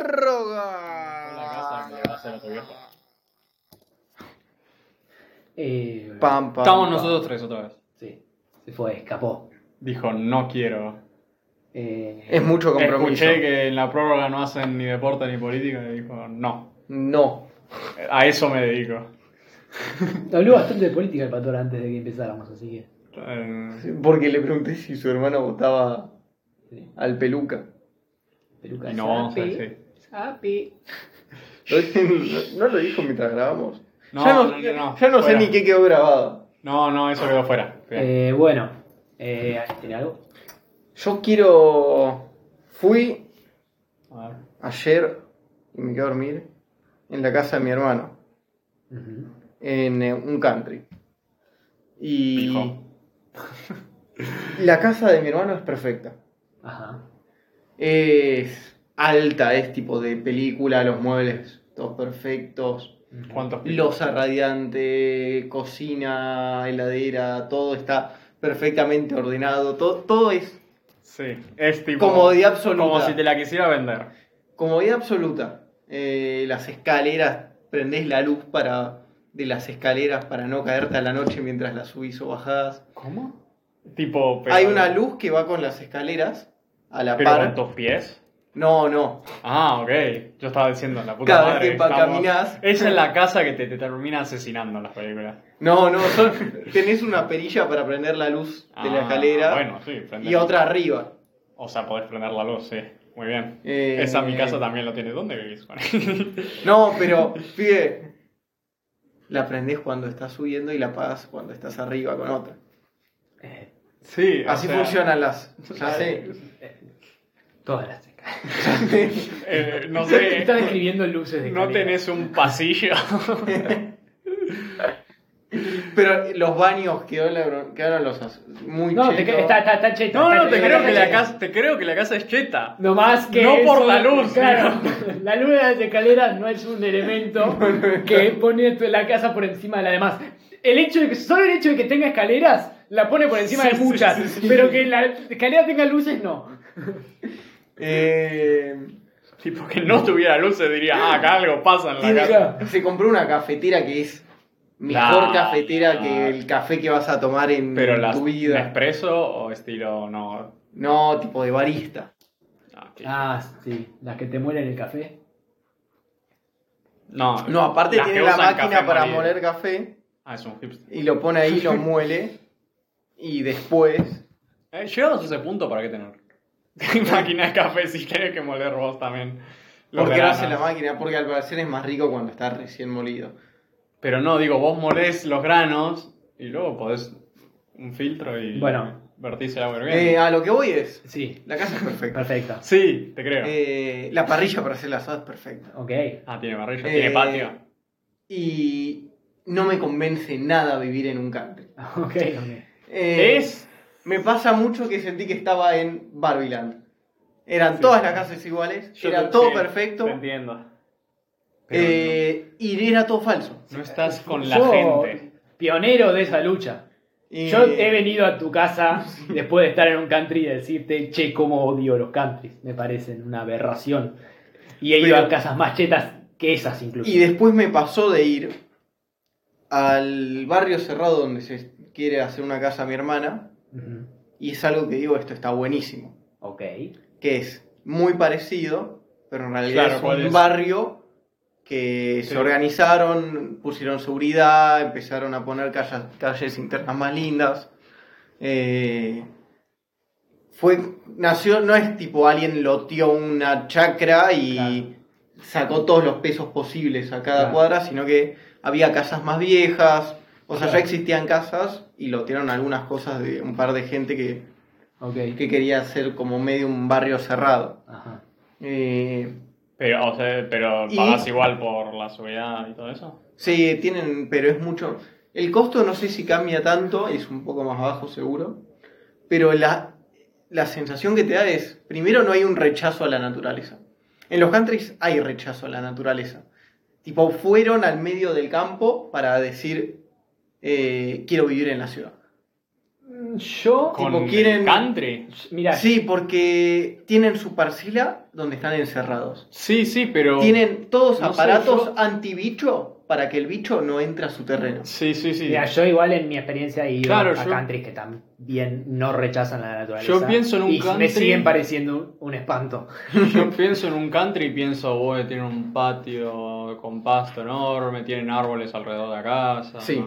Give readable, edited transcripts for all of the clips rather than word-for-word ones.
prórroga. La casa que va a ser otro viejo. Pam, pam, Estamos pam. nosotros tres otra vez. Sí, se fue, escapó. Dijo, no quiero. Es mucho compromiso. Escuché que en la prórroga no hacen ni deporte ni política y dijo, no. No. A eso me dedico. Habló bastante de política el Pastor antes de que empezáramos, así que... Porque le pregunté si su hermano votaba Sí. al Peluca. Peluca Y no vamos a Sapi. decir. Sapi. ¿No lo dijo mientras grabamos? No, ya no, ya no sé fuera. ni qué quedó grabado. No, eso quedó fuera. Bien. Bueno, ¿tiene algo? Yo quiero... Fui A ver. ayer y me quedé a dormir en la casa de mi hermano. Ujú. En un country. Y... Pijo. La casa de mi hermano es perfecta. Ajá. Es alta, es tipo de película, los muebles todos perfectos. ¿Cuántos pijos? Loza radiante, cocina, heladera, todo está perfectamente ordenado. Todo es Sí, es tipo... comodidad absoluta. Como si te la quisiera vender. Comodidad absoluta. Las escaleras, prendés la luz de las escaleras para no caerte a la noche mientras las subís o bajás. ¿Cómo? Tipo... pero- Hay una luz que va con las escaleras a la ¿Pero par. con tus pies? No. Ah, ok. Yo estaba diciendo, la puta Cada vez madre. que caminás- Esa es la casa que te termina asesinando en las películas. No, tenés una perilla para prender la luz de la escalera Bueno, sí. prender- y otra arriba. O sea, podés prender la luz, sí. Muy bien. Eh, Esa mi casa también lo tiene. ¿Dónde vivís, Juan? No, pero, pibe, la prendés cuando estás subiendo y la apagás cuando estás arriba con otra. Sí. Así o sea, funcionan las... Ya sé. Todas las no sé. Está describiendo luces de ¿No escalera. tenés un pasillo? Pero los baños quedaron muy No, chetos. está cheto. No, está te cheto, creo está que la cheto. casa, te creo que la casa es cheta. No más que No por eso, la luz, claro. sino- La luz de las escaleras no es un elemento que pone la casa por encima de la demás. Solo el hecho de que tenga escaleras la pone por encima de Sí, muchas, sí, sí. pero que la escalera tenga luces no. Tipo que no tuviera luz se diría, acá algo pasa en la casa. Se compró una cafetera que es mejor No, cafetera no. que el café que vas a tomar en Pero las tu vida. Nespresso o estilo no. No, tipo de barista. Ok. Sí, las que te muelen el café. No, No, aparte las tiene que la usan máquina café para molido. moler café Ah, es un hipster. y lo pone ahí, lo muele y después... Llegados a ese punto, ¿para qué tener máquina de café si querés que moler vos también? los Porque lo granos? hace la máquina, porque al parecer es más rico cuando está recién molido. Pero no, digo, vos molés los granos y luego podés un filtro y Bueno. vertís el agua hirviendo. A lo que voy es, Sí, la casa es perfecta. perfecto. Sí, te creo. La parrilla para hacer el asado es perfecta. Ok. Ah, tiene parrilla, tiene patio. Y no me convence nada vivir en un country. Ok. Me pasa mucho que sentí que estaba en Barbieland. Eran Sí. todas las casas iguales, era todo perfecto, Te entiendo. Pero y era todo falso. no estás con la Yo, gente. pionero de esa lucha. Y- Yo he venido a tu casa después de estar en un country y decirte, che, cómo odio los countries. Me parecen una aberración. Y he ido Pero- a casas más chetas que esas incluso. Y después me pasó de ir al barrio cerrado donde se quiere hacer una casa a mi hermana, Ujú. y es algo que digo, esto está buenísimo. Ok. Que es muy parecido, pero en realidad Claro, es ¿cuál un es? barrio que Sí. se organizaron, pusieron seguridad, empezaron a poner calles internas más lindas. No es tipo alguien loteó una chacra y Claro. sacó todos los pesos posibles a cada Claro. cuadra, sino que había casas más viejas, o sea, Claro. ya existían casas y lotearon algunas cosas de un par de gente Ok. que quería hacer como medio un barrio cerrado. Ajá. Pero, o sea, pero Y- pagás igual por la seguridad y todo eso. Sí, tienen, pero es mucho. El costo no sé si cambia tanto, es un poco más bajo seguro, pero la sensación que te da es, primero no hay un rechazo a la naturaleza. En los countries hay rechazo a la naturaleza. Tipo, fueron al medio del campo para decir, quiero vivir en la ciudad. Yo, Con Tipo, quieren- country. mira, Sí, porque tienen su parcela donde están encerrados. Sí, pero... Tienen todos no sé, aparatos yo- anti-bicho para que el bicho no entre a su terreno. Sí. mira, yo igual en mi experiencia he ido Claro, a yo- countries que también no rechazan la naturaleza. Yo pienso en un y country- me siguen pareciendo un espanto. Yo pienso en un country y pienso, bueno, tienen un patio con pasto enorme, tienen árboles alrededor de la casa. Sí.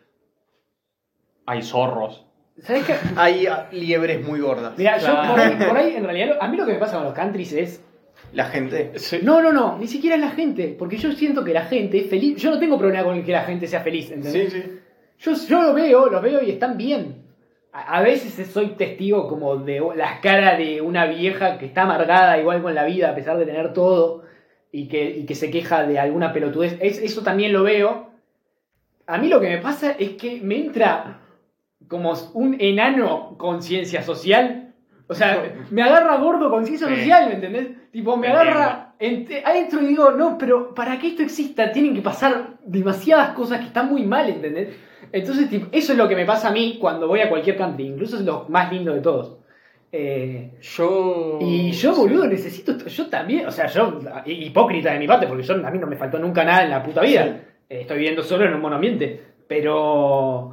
Hay zorros. ¿Sabes qué? Hay liebres muy gordas. Mira, Claro. yo por ahí, en realidad, a mí lo que me pasa con los countries es. La gente. Sí. No, ni siquiera es la gente. Porque yo siento que la gente es feliz. Yo no tengo problema con que la gente sea feliz, ¿entendés? Sí. Yo los veo y están bien. A veces soy testigo como de las caras de una vieja que está amargada igual con la vida a pesar de tener todo y que se queja de alguna pelotudez. Eso también lo veo. A mí lo que me pasa es que me entra como un enano conciencia social. O sea, me agarra gordo conciencia Sí. social, ¿me entendés? Tipo, me Te agarra adentro y digo, no, pero para que esto exista tienen que pasar demasiadas cosas que están muy mal, ¿entendés? Entonces, tipo, eso es lo que me pasa a mí cuando voy a cualquier country, incluso es lo más lindo de todos. Yo... Y yo, boludo, necesito, yo también, o sea, yo, hipócrita de mi parte, porque a mí no me faltó nunca nada en la puta vida. Estoy viviendo solo en un monoambiente, pero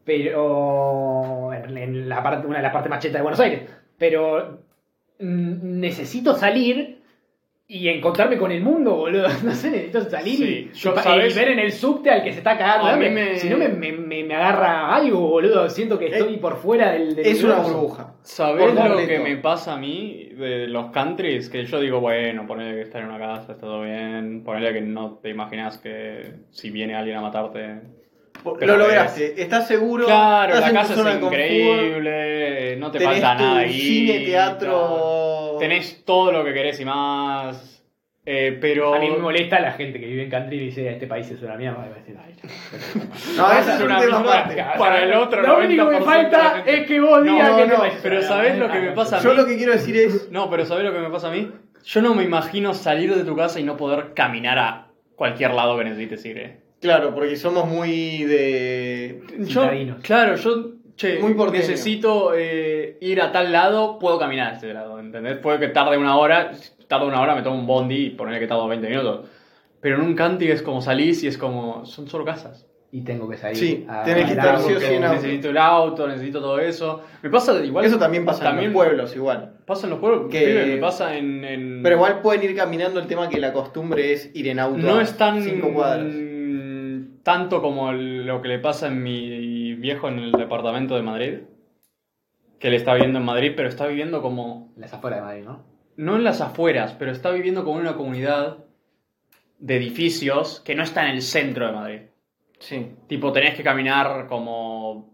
en la parte, una de las partes más chetas de Buenos Aires. Pero necesito salir y encontrarme con el mundo, boludo. No sé, necesito salir Sí, yo, y ¿sabes? ver en el subte al que se está cagando. A de mí hambre. me- Si no, me agarra algo, boludo. Siento que estoy por fuera del Es una universo. burbuja. ¿Sabés Por lo completo. que me pasa a mí de los countries? Que yo digo, bueno, ponele que estar en una casa, está todo bien. Ponele que no te imaginas que si viene alguien a matarte... Pero Lo lograste. ¿Estás seguro? Claro, ¿Estás la en tu casa zona es de confort? increíble, no te Tenés falta tu nada ahí. cine, teatro. Tenés todo lo que querés y más. Pero... A mí me molesta la gente que vive en country y dice, este país es una mierda. Y va a decir, ay, No, ese Es es un una tema mierda. aparte. Para el otro Lo único que 90% falta de la gente. es que vos digas No, que este no, país es pero una ¿sabés mierda. lo que me pasa a Yo mí? lo que quiero decir es. No, pero ¿sabés lo que me pasa a mí? Yo no me imagino salir de tu casa y no poder caminar a cualquier lado que necesites ir. Claro, porque somos muy de. Yo, Citadinos. claro, yo Muy porteño. necesito ir a tal lado, puedo caminar a ese lado, ¿entendés? Puede que tarde una hora, me tomo un bondi y ponerle que tardo 20 minutos. Pero en un country es como salís y es como, son solo casas. Y tengo que salir. Sí, a tenés que bailar estar sí o porque- sí en auto. Necesito el auto, necesito todo eso. Me pasa igual. Eso también pasa en los pueblos, igual. Pasa en los pueblos, Que- pibe, me pasa en... Pero igual pueden ir caminando, el tema que la costumbre es ir en auto. No a es tan 5 cuadras. tanto como lo que le pasa a mi viejo en el departamento de Madrid, que él está viviendo en Madrid, pero está viviendo como, Las afueras de Madrid, ¿no? no en las afueras, pero está viviendo como en una comunidad de edificios que no está en el centro de Madrid. Sí. Tipo, tenés que caminar como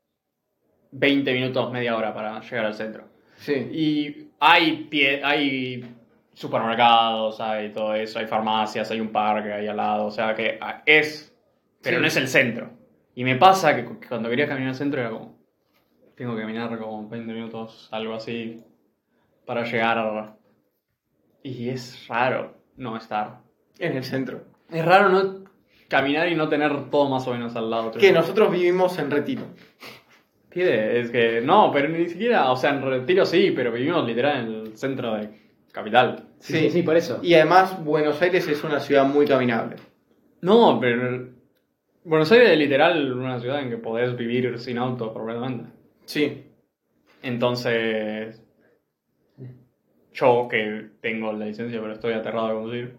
20 minutos, media hora para llegar al centro. Sí. Y hay supermercados, hay todo eso, hay farmacias, hay un parque ahí al lado, o sea que es, pero Sí. no es el centro. Y me pasa que cuando quería caminar al centro era como, tengo que caminar como 20 minutos, algo así, para llegar. Y es raro no estar. En el centro. Es raro no caminar y no tener todo más o menos al lado. Que nosotros vivimos en Retiro. Pide, es que no, pero ni siquiera, o sea, en Retiro sí, pero vivimos literal en el centro de capital. Sí, por eso. Y además, Buenos Aires es una ciudad muy caminable. No, pero Buenos Aires es literal una ciudad en que podés vivir sin auto completamente. Sí. Entonces, yo que tengo la licencia pero estoy aterrado de conducir,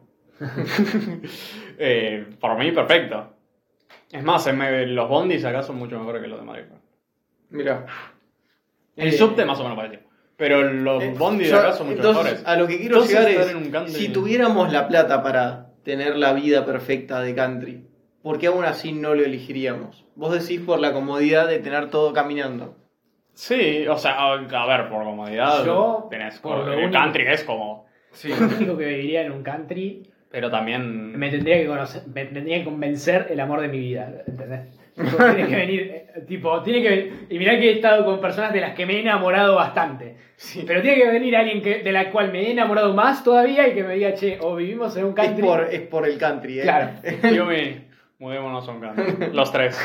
para mí perfecto. Es más, los bondis acá son mucho mejores que los de Madrid. Mira. El subte más o menos parecido. Pero los bondis de Yo- acá son mucho entonces, mejores. a lo que quiero Entonces, llegar estar es, en un country- si tuviéramos la plata para tener la vida perfecta de country, ¿por qué aún así no lo elegiríamos? Vos decís por la comodidad de tener todo caminando. Sí, o sea, a ver, por comodidad Yo, tenés por lo el único- country es como, Sí. Lo único que viviría en un country pero también me tendría que conocer, me tendría que convencer el amor de mi vida, ¿entendés? Tiene que venir, tiene que y mirá que he estado con personas de las que me he enamorado bastante. Sí. Pero tiene que venir alguien de la cual me he enamorado más todavía y que me diga, che, o vivimos en un country. Es por el country, ¿eh? Claro. yo Mudémonos a un country. Los tres.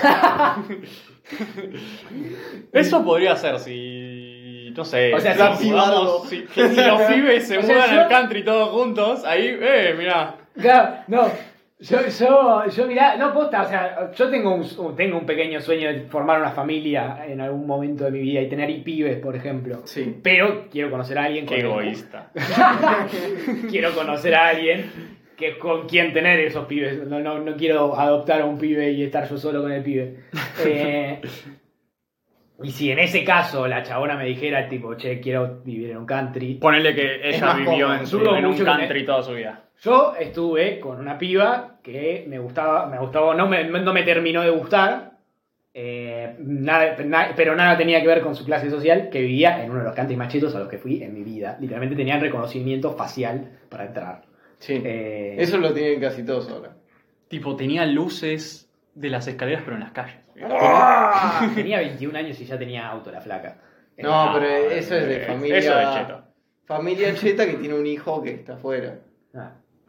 Eso podría ser si... No sé. O sea, si, si- mudamos- si los pibes se O sea, mudan yo- al country todos juntos, ahí, mirá. Claro, no. Yo mirá, no posta, o sea, yo tengo un pequeño sueño de formar una familia en algún momento de mi vida y tener pibes, por ejemplo. Sí. Pero quiero conocer a alguien Qué con egoísta. quiero conocer a alguien que con quien tener esos pibes. No quiero adoptar a un pibe y estar yo solo con el pibe. Y si en ese caso la chabona me dijera, tipo, che, quiero vivir en un country. Ponele que Es ella más vivió cómodo. Dudo en un mucho que country toda su vida. Yo estuve con una piba que me gustaba, no me terminó de gustar. Pero nada tenía que ver con su clase social, que vivía en uno de los country más chetos a los que fui en mi vida. Literalmente tenían reconocimiento facial para entrar. Sí. Eso lo tienen casi todos ahora. Tipo, tenía luces de las escaleras, pero en las calles. Tenía 21 años y ya tenía auto la flaca. No, pero eso es de familia. Eso es cheto. Familia cheta que tiene un hijo que está afuera. Ah.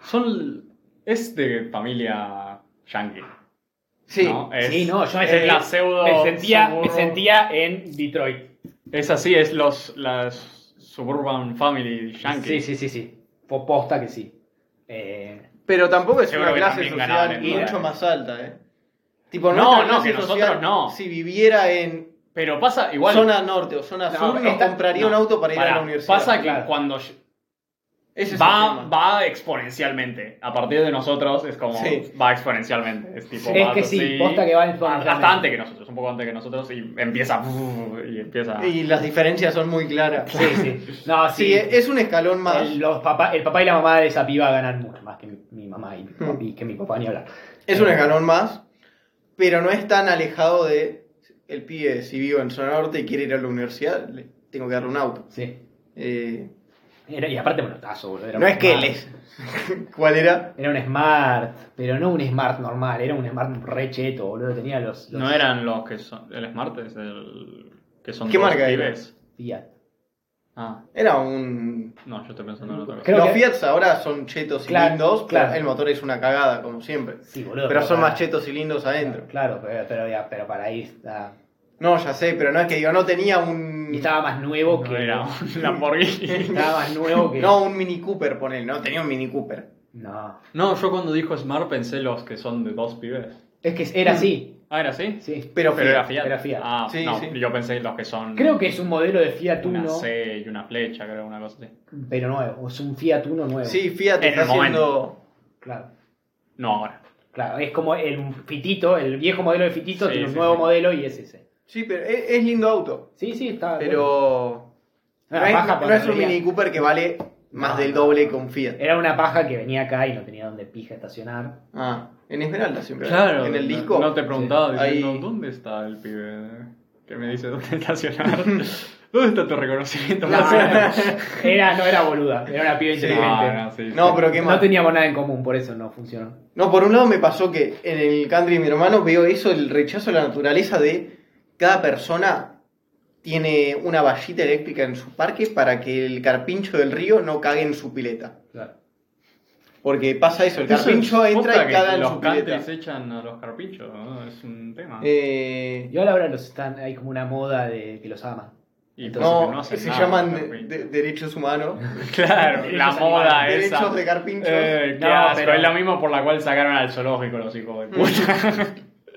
Es de familia yankee. Sí. ¿no? Sí, no, yo es la pseudo me sentía en Detroit. Es así, es las suburban family yankee. Sí. Posta que sí. Pero tampoco es Seguro una que clase también ganaban social en mucho dólares. más alta, Tipo, No, nuestra no, clase que nosotros social, no. Si viviera en Pero pasa igual. zona norte o zona No, sur, nos compraría un auto para ir a la universidad. Pasa que Claro. cuando Ese es el tema. va exponencialmente. A partir de nosotros es como Sí. va exponencialmente. Es tipo, Es va que así, sí, posta que va exponencialmente. hasta antes que nosotros, un poco antes que nosotros y empieza Y las diferencias son muy claras. Sí. No, Sí, es un escalón más. el papá y la mamá de esa piba ganan mucho más que mi mamá y que mi papá ni hablar. Es un escalón más, pero no es tan alejado de el pibe, si vivo en zona norte y quiere ir a la universidad, le tengo que darle un auto. Sí. Eh, Y aparte, bueno, tazo, boludo. Era no un es que Smart. él es. ¿Cuál era? Era un Smart, pero no un Smart normal, era un Smart re cheto, boludo. Tenía los No eran los que son. El Smart es el. Que son ¿Qué dos marca era? pibes. Fiat. Ah, Era un. no, yo estoy pensando en otra cosa. Creo Los que- Fiats ahora son chetos y Claro, lindos, pero claro. el motor es una cagada, como siempre. Sí, boludo. Pero son para- más chetos y lindos adentro. Claro, pero para ahí está. No, ya sé, pero no es que digo, no tenía un. Y estaba más nuevo No que. era un Lamborghini. Estaba más nuevo que. No, un Mini Cooper, ponele, no tenía un Mini Cooper. No. No, yo cuando dijo Smart pensé los que son de dos pibes. Es que era así. Ah, ¿era así? Sí. Pero Pero era Fiat. Fiat. Era Fiat. Ah, Sí, no, sí. yo pensé los que son. Creo que es un modelo de Fiat una Uno, C y una flecha, creo, una cosa así. pero nuevo. Es un Fiat Uno nuevo. Sí, Fiat En está el momento. haciendo. Claro. No ahora. Claro, es como el Fitito, el viejo modelo de Fitito Sí, tiene un sí, nuevo sí. modelo y es ese. Sí, pero es lindo auto. Sí, está. Pero. Una No es, paja no cuando es un venía- Mini Cooper que vale más No, del no, doble no. que un Fiat. Era una paja que venía acá y no tenía donde pija estacionar. Ah, en Esmeralda siempre. Claro. En el disco. No te preguntaba Sí. diciendo, Ahí- ¿dónde está el pibe que me dice dónde estacionar? ¿Dónde está tu reconocimiento? No, no era boluda, era una piba Sí. inteligente. Sí, No, sí. pero qué No más. teníamos nada en común, por eso no funcionó. No, por un lado me pasó que en el country de mi hermano veo eso, el rechazo a la naturaleza de cada persona tiene una vallita eléctrica en su parque para que el carpincho del río no cague en su pileta. Claro. Porque pasa eso, el Eso es carpincho entra posta y que caga en los su pileta. countries echan a los carpinchos, ¿no? Es un tema. Y ahora hay como una moda de que los aman. Y entonces porque no, hacen se nada, llaman los carpinchos. derechos humanos, Claro, Derechos la moda animales, esa. derechos de carpinchos. Qué No, asco, pero- es lo mismo por la cual sacaron al zoológico los hijos de puta.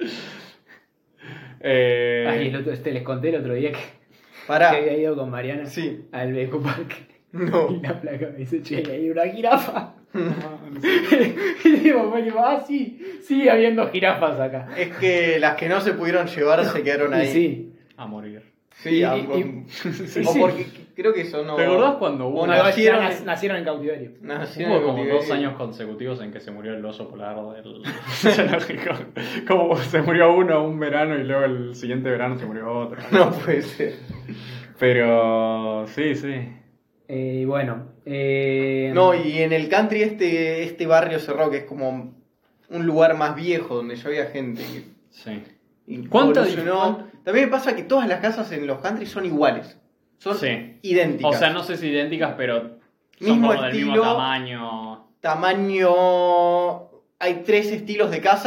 Ay, les conté el otro día que Pará. había ido con Mariana Sí. al Beco Parque. No. Y la placa me dice, che, hay una jirafa. Y digo, sí, habiendo jirafas acá. Es que las que no se pudieron llevar se quedaron Y ahí. sí. A morir. Sí, Sí, o sí. porque creo que eso no. ¿Te acordás cuando hubo o No, nacieron, ya nacieron en cautiverio. nacieron Hubo en como cautiverio. 2 años consecutivos en que se murió el oso polar del zoológico. Como se murió uno un verano y luego el siguiente verano se murió otro. No puede ser. Pero sí, sí. Bueno. No, y en el country este barrio Cerró, que es como un lugar más viejo donde ya había gente que Sí. ¿Cuánto ¿Cuánta También me pasa que todas las casas en los country son iguales. Son Sí. idénticas. O sea, no sé si idénticas, pero son Mismo como del mismo estilo. tamaño. Tamaño. Hay 3 estilos de casas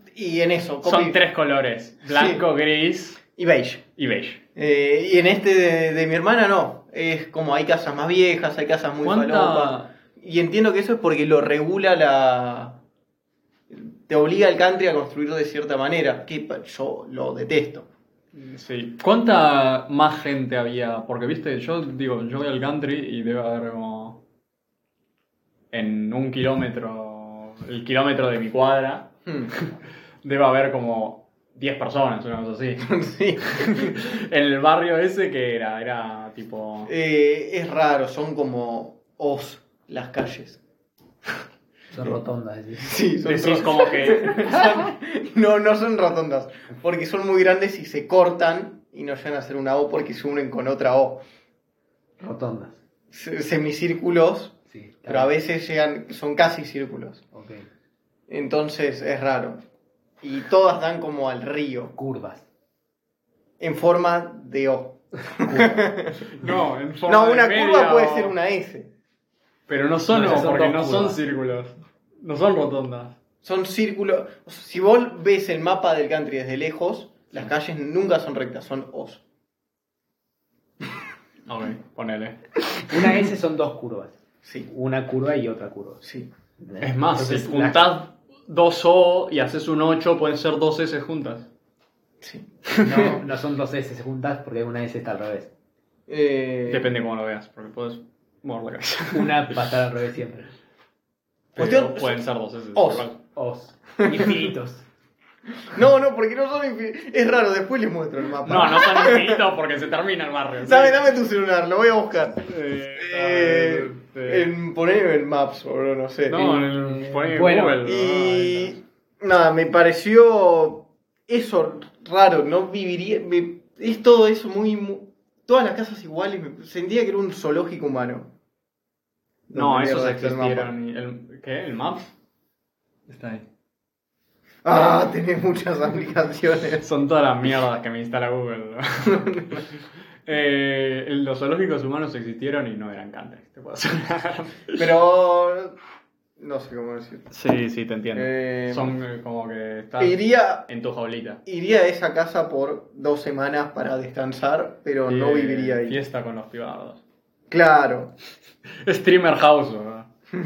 Y en eso, Son 3 colores: blanco, gris y beige. y beige. Y en este de mi hermana no. Es como hay casas más viejas, hay casas muy falopas. Y entiendo que eso es porque lo regula te obliga al country a construir de cierta manera. Que yo lo detesto. Sí. ¿Cuánta más gente había? Porque, viste, yo voy al country y debe haber como... En 1 kilómetro, el kilómetro de mi cuadra, debe haber como 10 personas, una cosa así. Sí. En el barrio ese que era tipo... Es raro, son como os las calles. Son rotondas. ¿Sí? Sí, son Decís como que... no son rotondas, porque son muy grandes y se cortan y no llegan a ser una O porque se unen con otra O. Rotondas. Semicírculos, Sí, claro. pero a veces son casi círculos. Ok. Entonces es raro. Y todas dan como al río, Curvas. en forma de O. No, en forma No, de una media curva puede o- ser una S. Pero no son, No, esas son porque dos no son curvas. círculos. No son rotondas. Son círculos. O sea, si vos ves el mapa del country desde lejos, las calles nunca son rectas, son O's. Ok, ponele. Una S son 2 curvas. Sí, Una curva y otra curva. sí. Es más, Entonces, si juntás 2 O y haces un 8, pueden ser 2 S juntas. Sí. No son 2 S juntas porque una S está al revés. Depende cómo lo veas, porque puedes mover la cabeza. Una va a estar al revés siempre. Pero Cuestión- pueden ser 2 S. Os. igual. Os. Infinitos. No, porque no son infinitos. Es raro, después les muestro el mapa. No son infinitos porque se termina el barrio. ¿sí? Dame tu celular, lo voy a buscar. Este- Poner en Maps, o no sé. No, en el, poné en bueno, Google. Y nada, me pareció eso raro, no viviría, es todo eso todas las casas iguales, me sentía que era un zoológico humano. No, ¿Dónde esos mierda está el mapa? existieron. ¿Qué? ¿El Maps? Está ahí. Tenés muchas aplicaciones. Son todas las mierdas que me instala Google. Los zoológicos humanos existieron y no eran country, te puedo asegurar. Pero no sé cómo decir. Sí, te entiendo. Son como que estás Iría en tu jaulita. a esa casa por 2 semanas para descansar, pero no viviría ahí. Fiesta con los pibardos. Claro. Streamer house, ¿verdad?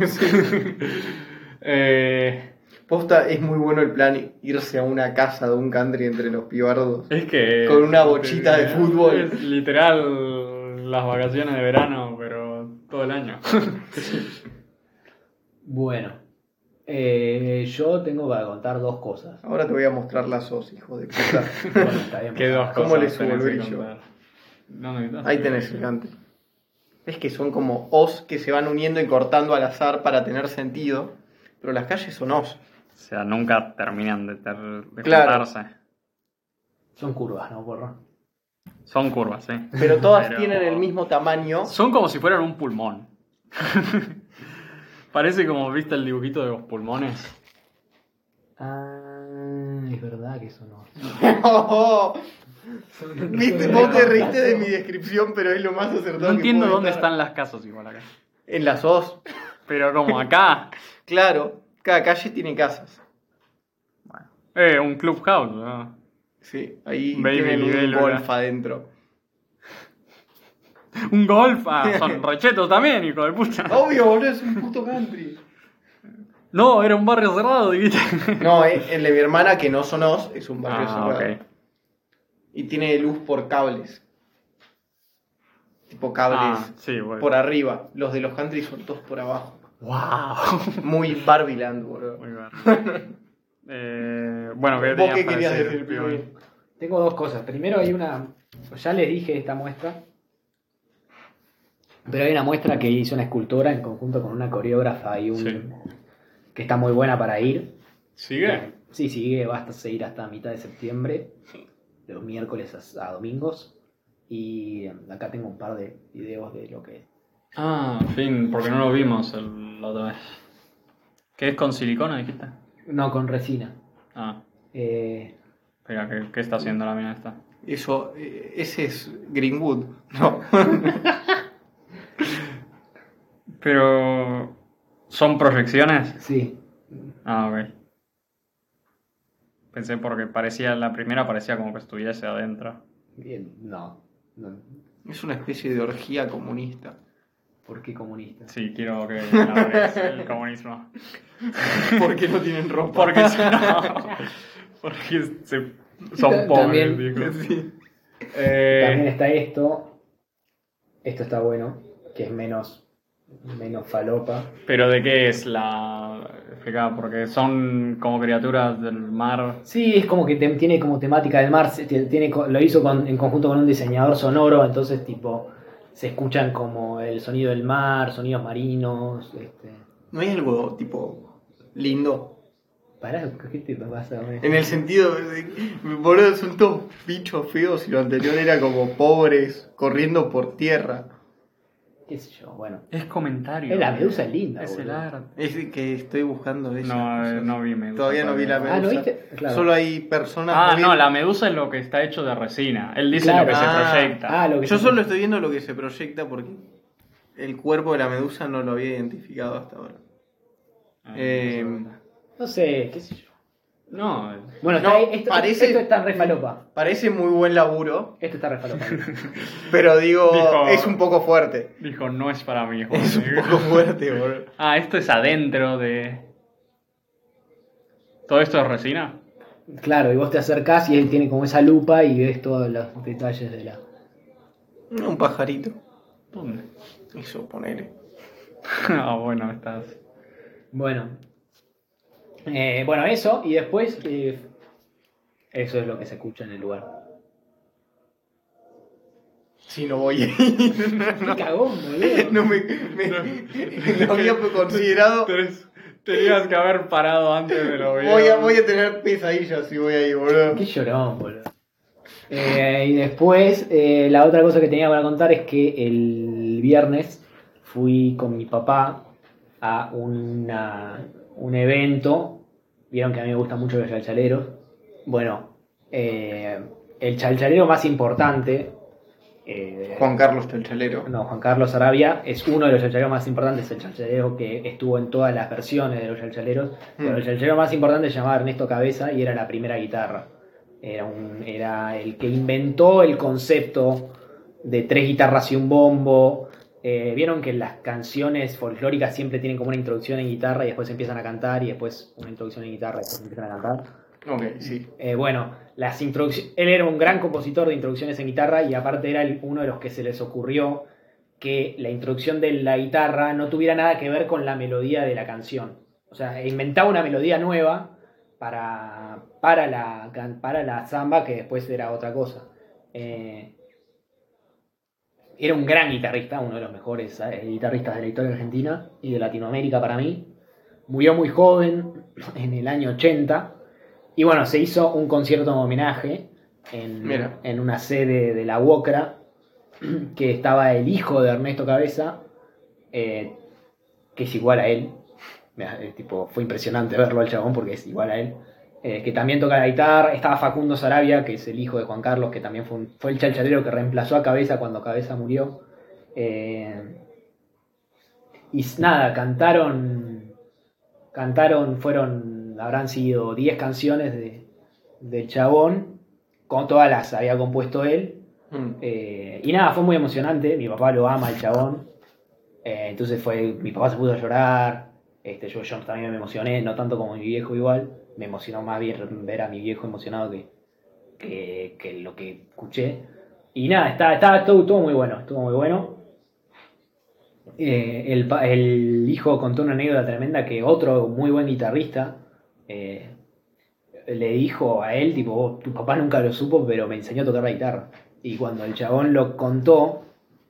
Posta, es muy bueno el plan irse a una casa de un country entre los pibardos. Es que... Con una bochita de fútbol. Es literal las vacaciones de verano, pero todo el año. Bueno. Yo tengo para contar 2 cosas. Ahora te voy a mostrar las os, hijo de puta. Bueno, está bien. ¿Qué dos ¿Cómo cosas le subo el tenés que brillo? contar? ¿Dónde estás? Ahí tenés el country. Es que son como os que se van uniendo y cortando al azar para tener sentido. Pero las calles son os. O sea, nunca terminan de Claro. juntarse. Son curvas, ¿no, porro? Son curvas, sí. Pero todas Pero- tienen el mismo tamaño. Son como si fueran un pulmón. Parece como, ¿viste el dibujito de los pulmones? Es verdad que eso no. Viste, vos te reíste de mi descripción, pero es lo más acertado No que entiendo puedo dónde estar. están las casas igual acá. En las os. Pero como acá. Claro, cada calle tiene casas. Bueno. Un clubhouse, ¿no? Sí, ahí Baby tienen un nivel, golf ¿verdad? adentro. Un golf. Son rechetos también, hijo de puta. Obvio, boludo, es un puto country. No, era un barrio cerrado, dijiste. No, el de mi hermana, que no son os, es un barrio cerrado. Ok. Y tiene luz por cables. Tipo cables Sí, bueno. por arriba. Los de los country son todos por abajo. Wow. Muy Barbieland, boludo. Muy bien. Bueno, ¿qué ¿Vos tenías qué para querías decir, decir, pibe? pibe? Tengo 2 cosas. Primero hay una. Ya les dije esta muestra. Pero hay una muestra que hizo una escultora en conjunto con una coreógrafa y Sí. que está muy buena para ir. ¿Sigue? Sí, sigue, basta seguir hasta mitad de septiembre, de los miércoles a domingos. Y acá tengo un par de videos de lo que... En fin, porque no lo vimos la otra vez. ¿Qué es con silicona, dijiste? No, con resina. Espera, ¿qué está haciendo la mina esta? Eso, ese es Greenwood. No. Pero... ¿Son proyecciones? Sí. Ok. Pensé porque la primera parecía como que estuviese adentro. Bien, no. Es una especie de orgía comunista. ¿Por qué comunista? Sí, quiero que labures el comunismo. ¿Por qué no tienen ropa? Porque son pobres, También. dijo. Sí. También está esto. Esto está bueno, que es menos falopa. Pero ¿de qué es la explicada? Porque son como criaturas del mar. Sí, es como que tiene como temática del mar. Lo hizo en conjunto con un diseñador sonoro, entonces tipo se escuchan como el sonido del mar, sonidos marinos. ¿No hay algo tipo lindo? Pará, ¿qué te pasa? En el sentido de boludo, son todos bichos feos y lo anterior era como pobres corriendo por tierra. ¿Qué sé yo? Bueno. Es comentario. La medusa es linda. Es el boludo. arte. Es que estoy buscando eso. No vi medusa. Todavía no vi la medusa. ¿no viste? Claro. Solo hay personas. No, la medusa es lo que está hecho de resina. Él dice Claro. lo que se proyecta. Lo que Yo se- solo estoy viendo lo que se proyecta porque el cuerpo de la medusa no lo había identificado hasta ahora. No sé, qué sé yo. No, Bueno, No, esto está re falopa. Parece muy buen laburo, Esto está re falopa. pero digo, Dijo- es un poco fuerte. dijo, no es para mí. Es un poco fuerte, boludo. Esto es adentro de... ¿Todo esto es resina? Claro, y vos te acercás y él tiene como esa lupa y ves todos los detalles de la... Un pajarito. ¿Dónde? Eso, ponele. Bueno, estás... Bueno. Bueno, eso, y después... eso es lo que se escucha en el lugar. Si no voy a ir. ¡Qué cagón, boludo! No me lo había considerado. Tenías que haber parado antes de lo Voy a tener pesadillas si voy a ir, boludo. ¡Qué llorón, boludo! Y después, la otra cosa que tenía para contar es que el viernes fui con mi papá a un evento. Vieron que a mí me gustan mucho los chalchaleros. Bueno, el chalchalero más importante... Juan Carlos Chalchalero. No, Juan Carlos Arabia es uno de los chalchaleros más importantes, el chalchalero que estuvo en todas las versiones de los chalchaleros. Pero el chalchalero más importante se llamaba Ernesto Cabeza y era la primera guitarra. Era el que inventó el concepto de 3 guitarras y un bombo. Vieron que las canciones folclóricas siempre tienen como una introducción en guitarra y después empiezan a cantar y después una introducción en guitarra y después empiezan a cantar. Ok, sí. Bueno, él era un gran compositor de introducciones en guitarra y aparte era uno de los que se les ocurrió que la introducción de la guitarra no tuviera nada que ver con la melodía de la canción. O sea, inventaba una melodía nueva para la samba, que después era otra cosa. Era un gran guitarrista, uno de los mejores guitarristas de la historia argentina y de Latinoamérica para mí. Murió muy joven, en el año 80. Y bueno, se hizo un concierto en homenaje en una sede de la UOCRA, que estaba el hijo de Ernesto Cabeza, que es igual a él. Fue impresionante verlo al chabón porque es igual a él. Que también toca la guitarra. Estaba Facundo Sarabia, que es el hijo de Juan Carlos, que también fue el chalchalero que reemplazó a Cabeza cuando Cabeza murió. Y nada, cantaron, habrán sido 10 canciones del chabón, con todas las había compuesto él. Y nada, fue muy emocionante. Mi papá lo ama, el chabón. Entonces mi papá se puso a llorar. Yo también me emocioné, no tanto como mi viejo igual. Me emocionó más bien ver a mi viejo emocionado que lo que escuché. Y nada, estuvo muy bueno, estuvo muy bueno. El hijo contó una anécdota tremenda que otro muy buen guitarrista le dijo a él, tipo, tu papá nunca lo supo, pero me enseñó a tocar la guitarra. Y cuando el chabón lo contó,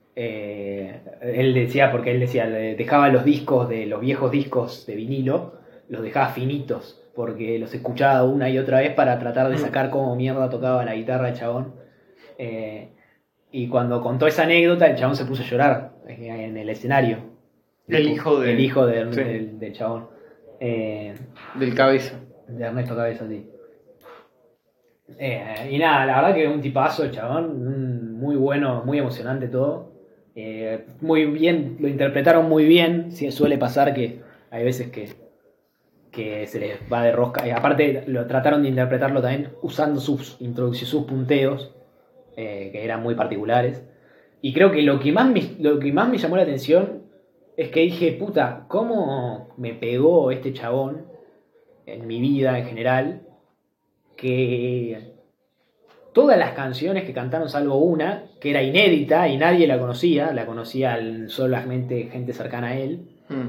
él decía, dejaba los discos los viejos discos de vinilo, los dejaba finitos, porque los escuchaba una y otra vez para tratar de sacar cómo mierda tocaba la guitarra el chabón. Y cuando contó esa anécdota, el chabón se puso a llorar en el escenario. El hijo del chabón. Del Cabeza. De Ernesto Cabeza, sí. Y nada, la verdad que un tipazo el chabón, muy bueno, muy emocionante todo. Muy bien, lo interpretaron muy bien. Sí, suele pasar que hay veces que se les va de rosca. Y aparte lo trataron de interpretarlo también usando sus punteos, que eran muy particulares. Y creo que lo que más me llamó la atención es que dije, puta, ¿cómo me pegó este chabón en mi vida en general? Que todas las canciones que cantaron, salvo una, que era inédita y nadie la conocía solamente gente cercana a él.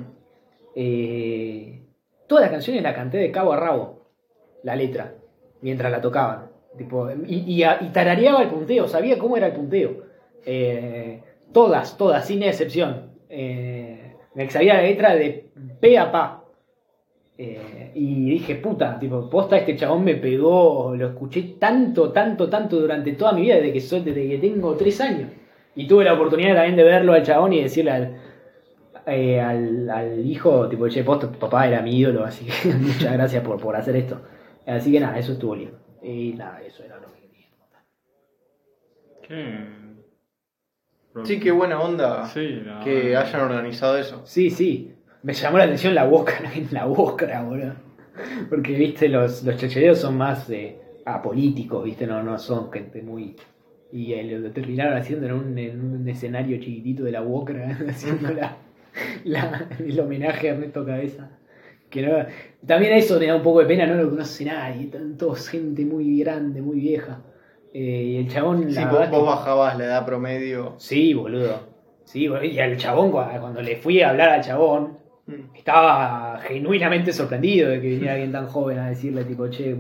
Todas las canciones las canté de cabo a rabo, la letra, mientras la tocaban. Tipo, y tarareaba el punteo, sabía cómo era el punteo. Todas, sin excepción. Me sabía la letra de pe a pa. Y dije, puta, tipo, posta, este chabón me pegó, lo escuché tanto durante toda mi vida, desde que tengo 3 años. Y tuve la oportunidad también de verlo al chabón y decirle al hijo, tipo, che, posta, tu papá era mi ídolo, así que muchas gracias por hacer esto. Así que nada, eso estuvo lindo. Y nada, eso era lo que quería contar. Sí, qué buena onda que hayan organizado eso. Sí. Me llamó la atención la Wokra, boludo. Porque, viste, los chachareros son más apolíticos, viste, no son gente muy... Y lo terminaron haciendo en un escenario chiquitito de la Wokra, haciendo el homenaje a Ernesto Cabeza. Que no, también eso me da un poco de pena, no lo conoce nadie, todos gente muy grande, muy vieja. Y el chabón... Sí, vos bajabas la edad promedio. Sí, boludo. Sí, y al chabón, cuando le fui a hablar al chabón, estaba genuinamente sorprendido de que viniera alguien tan joven a decirle, tipo, che...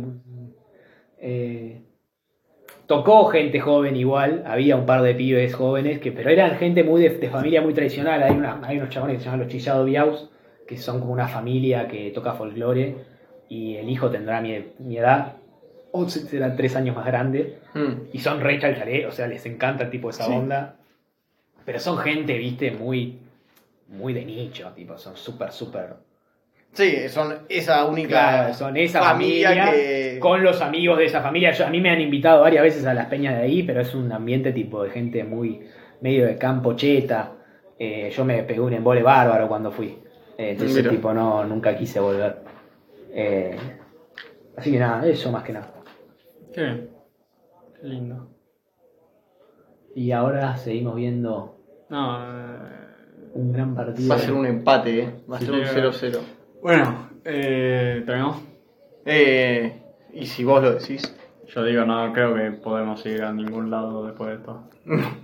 tocó gente joven igual, había un par de pibes jóvenes, pero eran gente muy de familia muy tradicional. Hay unos chabones que se llaman los Chillado Biaus, que son como una familia que toca folclore, y el hijo tendrá mi edad, o será 3 años más grande, y son re chalcharé, o sea, les encanta tipo esa onda, pero son gente, viste, muy de nicho, tipo, son súper Sí, son esa única claro, son esa familia que... con los amigos de esa familia. A mí me han invitado varias veces a las peñas de ahí, pero es un ambiente tipo de gente muy medio de campo cheta. Yo me pegué un embole bárbaro cuando fui. Entonces, Mira. tipo, nunca quise volver. Así que nada, eso más que nada. Qué lindo. Y ahora seguimos viendo un gran partido. Va a ser un empate, va a ser un 0-0. Bueno, ¿terminamos? Y si vos lo decís. Yo digo, no creo que podemos ir a ningún lado después de esto.